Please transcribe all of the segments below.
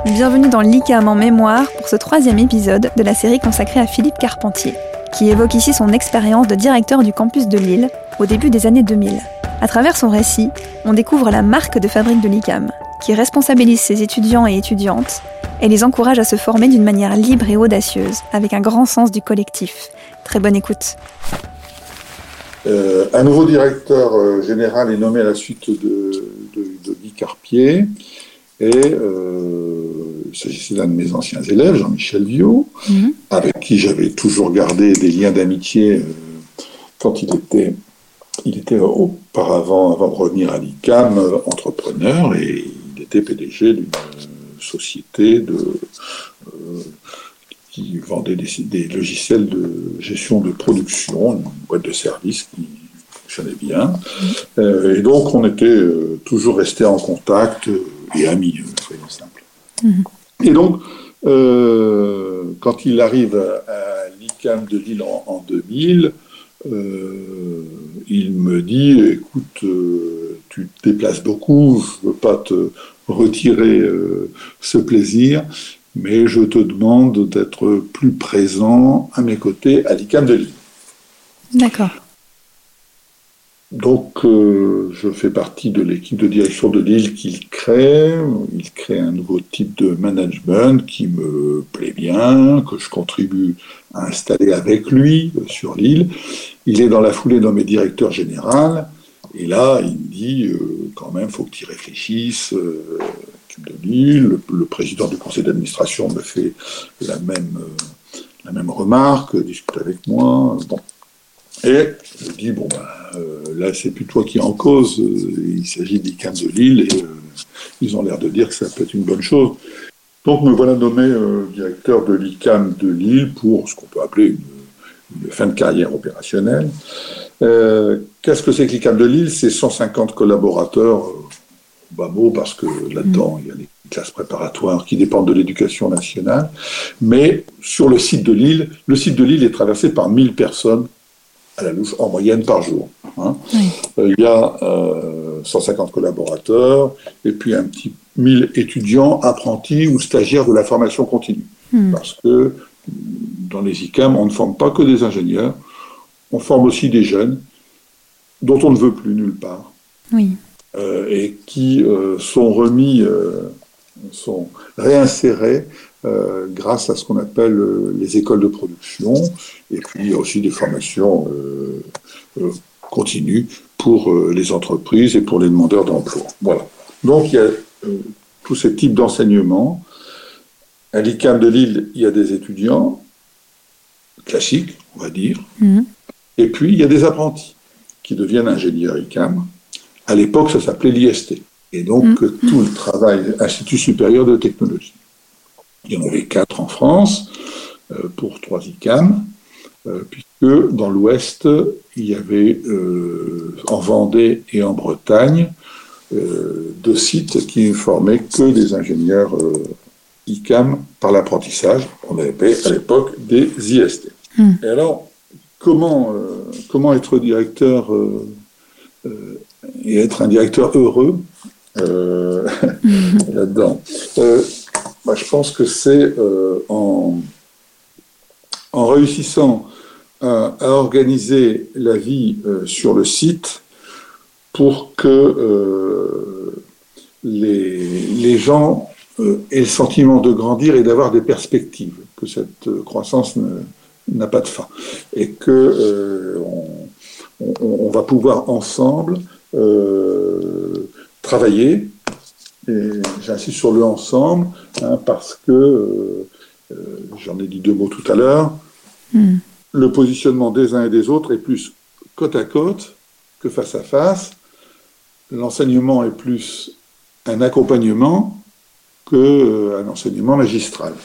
Bienvenue dans l'ICAM en mémoire pour ce 3e épisode de la série consacrée à Philippe Carpentier, qui évoque ici son expérience de directeur du campus de Lille au début des années 2000. À travers son récit, on découvre la marque de fabrique de l'ICAM, qui responsabilise ses étudiants et étudiantes et les encourage à se former d'une manière libre et audacieuse, avec un grand sens du collectif. Très bonne écoute. Un nouveau directeur général est nommé à la suite de Guy Carpier, et il s'agissait d'un de mes anciens élèves, Jean-Michel Viau, avec qui j'avais toujours gardé des liens d'amitié quand il était auparavant, avant de revenir à l'ICAM, entrepreneur, et il était PDG d'une société qui vendait des logiciels de gestion de production, une boîte de services qui fonctionnait bien. Et donc, on était toujours restés en contact et amis, soyons simples. Et donc, quand il arrive à l'ICAM de Lille en 2000, il me dit, écoute, tu te déplaces beaucoup, je ne veux pas te retirer ce plaisir, mais je te demande d'être plus présent à mes côtés à l'ICAM de Lille. D'accord. Donc, je fais partie de l'équipe de direction de Lille qu'il crée. Il crée un nouveau type de management qui me plaît bien, que je contribue à installer avec lui sur Lille. Il est dans la foulée nommé directeur général. Et là, il me dit, quand même, il faut que tu y réfléchisses. De Lille, le président du conseil d'administration me fait la même remarque, discute avec moi. Bon. Et je dis, là, c'est plus toi qui es en cause, il s'agit de l'ICAM de Lille, et ils ont l'air de dire que ça peut être une bonne chose. Donc, me voilà nommé directeur de l'ICAM de Lille pour ce qu'on peut appeler une fin de carrière opérationnelle. Qu'est-ce que c'est que l'ICAM de Lille ? C'est 150 collaborateurs, bas mot, parce que là-dedans, il y a les classes préparatoires qui dépendent de l'éducation nationale. Mais sur le site de Lille est traversé par 1000 personnes à la louche, en moyenne par jour. Il y a 150 collaborateurs, et puis un petit 1000 étudiants, apprentis ou stagiaires de la formation continue. Parce que dans les ICAM, on ne forme pas que des ingénieurs, on forme aussi des jeunes, dont on ne veut plus nulle part. Oui. Et qui sont réinsérés grâce à ce qu'on appelle les écoles de production, et puis il y a aussi des formations continues pour les entreprises et pour les demandeurs d'emploi. Voilà. Donc il y a tous ces types d'enseignements. À l'ICAM de Lille, il y a des étudiants classiques, on va dire, et puis il y a des apprentis qui deviennent ingénieurs ICAM. À l'époque, ça s'appelait l'IST. Et donc, tout le travail, Institut supérieur de technologie. Il y en avait 4 en France, pour 3 ICAM, puisque dans l'Ouest, il y avait, en Vendée et en Bretagne, 2 sites qui ne formaient que des ingénieurs ICAM par l'apprentissage. On avait à l'époque des IST. Et alors, comment être directeur et être un directeur heureux là-dedans. Je pense que c'est en réussissant à organiser la vie sur le site pour que les gens aient le sentiment de grandir et d'avoir des perspectives, que cette croissance n'a pas de fin, et que on va pouvoir ensemble travailler, et j'insiste sur le ensemble, parce que, j'en ai dit 2 mots tout à l'heure, le positionnement des uns et des autres est plus côte à côte que face à face, l'enseignement est plus un accompagnement qu'un enseignement magistral.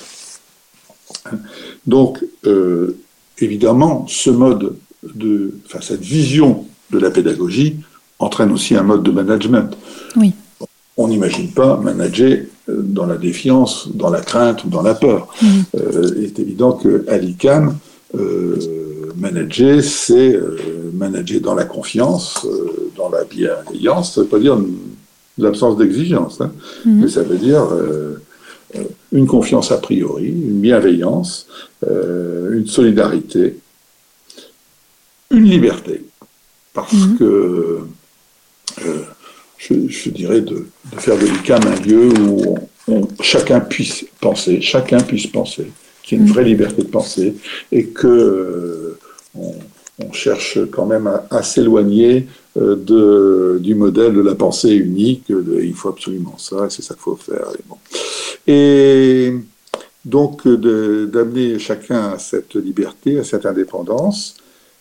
Donc, évidemment, cette vision de la pédagogie entraîne aussi un mode de management. Oui. On n'imagine pas manager dans la défiance, dans la crainte ou dans la peur. Il est évident qu'à l'ICAM, manager, c'est manager dans la confiance, dans la bienveillance. Ça ne veut pas dire l'absence d'exigence, mais ça veut dire une confiance a priori, une bienveillance, une solidarité, une liberté. Parce que, je dirais, de faire de l'ICAM un lieu où chacun puisse penser, qu'il y ait une vraie liberté de penser, et que on cherche quand même à s'éloigner du modèle de la pensée unique, il faut absolument ça, et c'est ça qu'il faut faire. Et donc, d'amener chacun à cette liberté, à cette indépendance,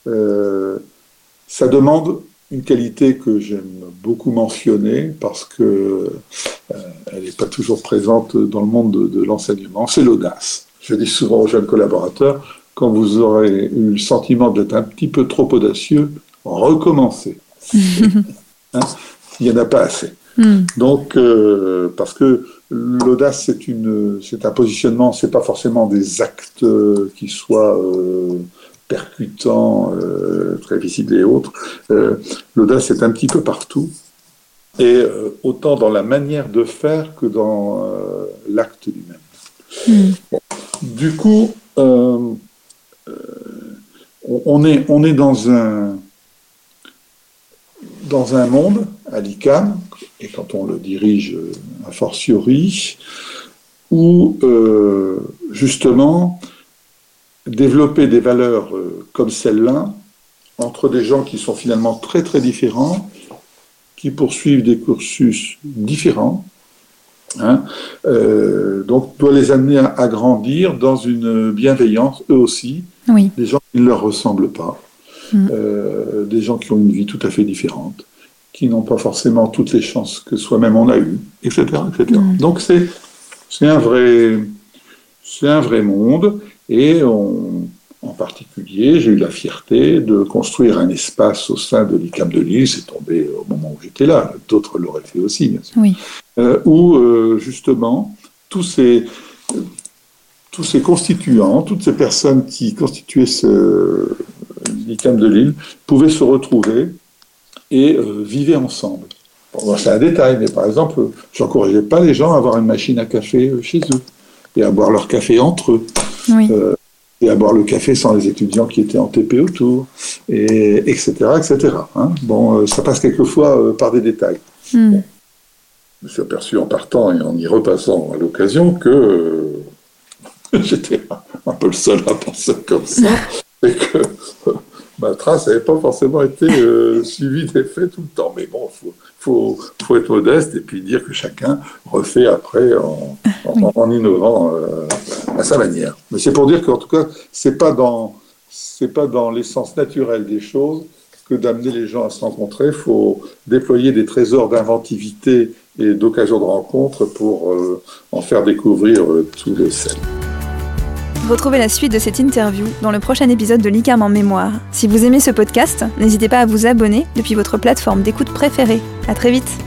ça demande une qualité que j'aime beaucoup mentionner parce que elle n'est pas toujours présente dans le monde de l'enseignement, c'est l'audace. Je dis souvent aux jeunes collaborateurs, quand vous aurez eu le sentiment d'être un petit peu trop audacieux, recommencez. Hein, il n'y en a pas assez. Donc, parce que l'audace, c'est un positionnement, c'est pas forcément des actes qui soient percutants, très visibles et autres. L'audace est un petit peu partout, et autant dans la manière de faire que dans l'acte lui-même. Bon. Du coup, on est dans un monde, à l'ICAM, et quand on le dirige a fortiori, où justement, développer des valeurs comme celle-là, entre des gens qui sont finalement très très différents, qui poursuivent des cursus différents, donc doit les amener à grandir dans une bienveillance, eux aussi, des gens qui ne leur ressemblent pas, des gens qui ont une vie tout à fait différente, qui n'ont pas forcément toutes les chances que soi-même on a eues, etc. etc. Donc c'est un vrai monde, et en particulier, j'ai eu la fierté de construire un espace au sein de l'ICAM de Lille, c'est tombé au moment où j'étais là, d'autres l'auraient fait aussi, bien sûr, où justement, tous ces constituants, toutes ces personnes qui constituaient l'ICAM de Lille pouvaient se retrouver et vivaient ensemble. Bon, c'est un détail, mais par exemple, je n'encourageais pas les gens à avoir une machine à café chez eux et à boire leur café entre eux. Et à boire le café sans les étudiants qui étaient en TP autour, etc. etc. Hein. Bon, ça passe quelquefois par des détails. Bon. Je me suis aperçu en partant et en y repassant à l'occasion que j'étais un peu le seul à penser comme ça, et que ma trace n'avait pas forcément été suivie d'effet tout le temps. Mais bon, faut être modeste et puis dire que chacun refait après en innovant à sa manière. Mais c'est pour dire qu'en tout cas, c'est pas dans l'essence naturelle des choses que d'amener les gens à se rencontrer. Il faut déployer des trésors d'inventivité et d'occasions de rencontre pour en faire découvrir tout le sel. Retrouvez la suite de cette interview dans le prochain épisode de l'ICAM en mémoire. Si vous aimez ce podcast, n'hésitez pas à vous abonner depuis votre plateforme d'écoute préférée. À très vite.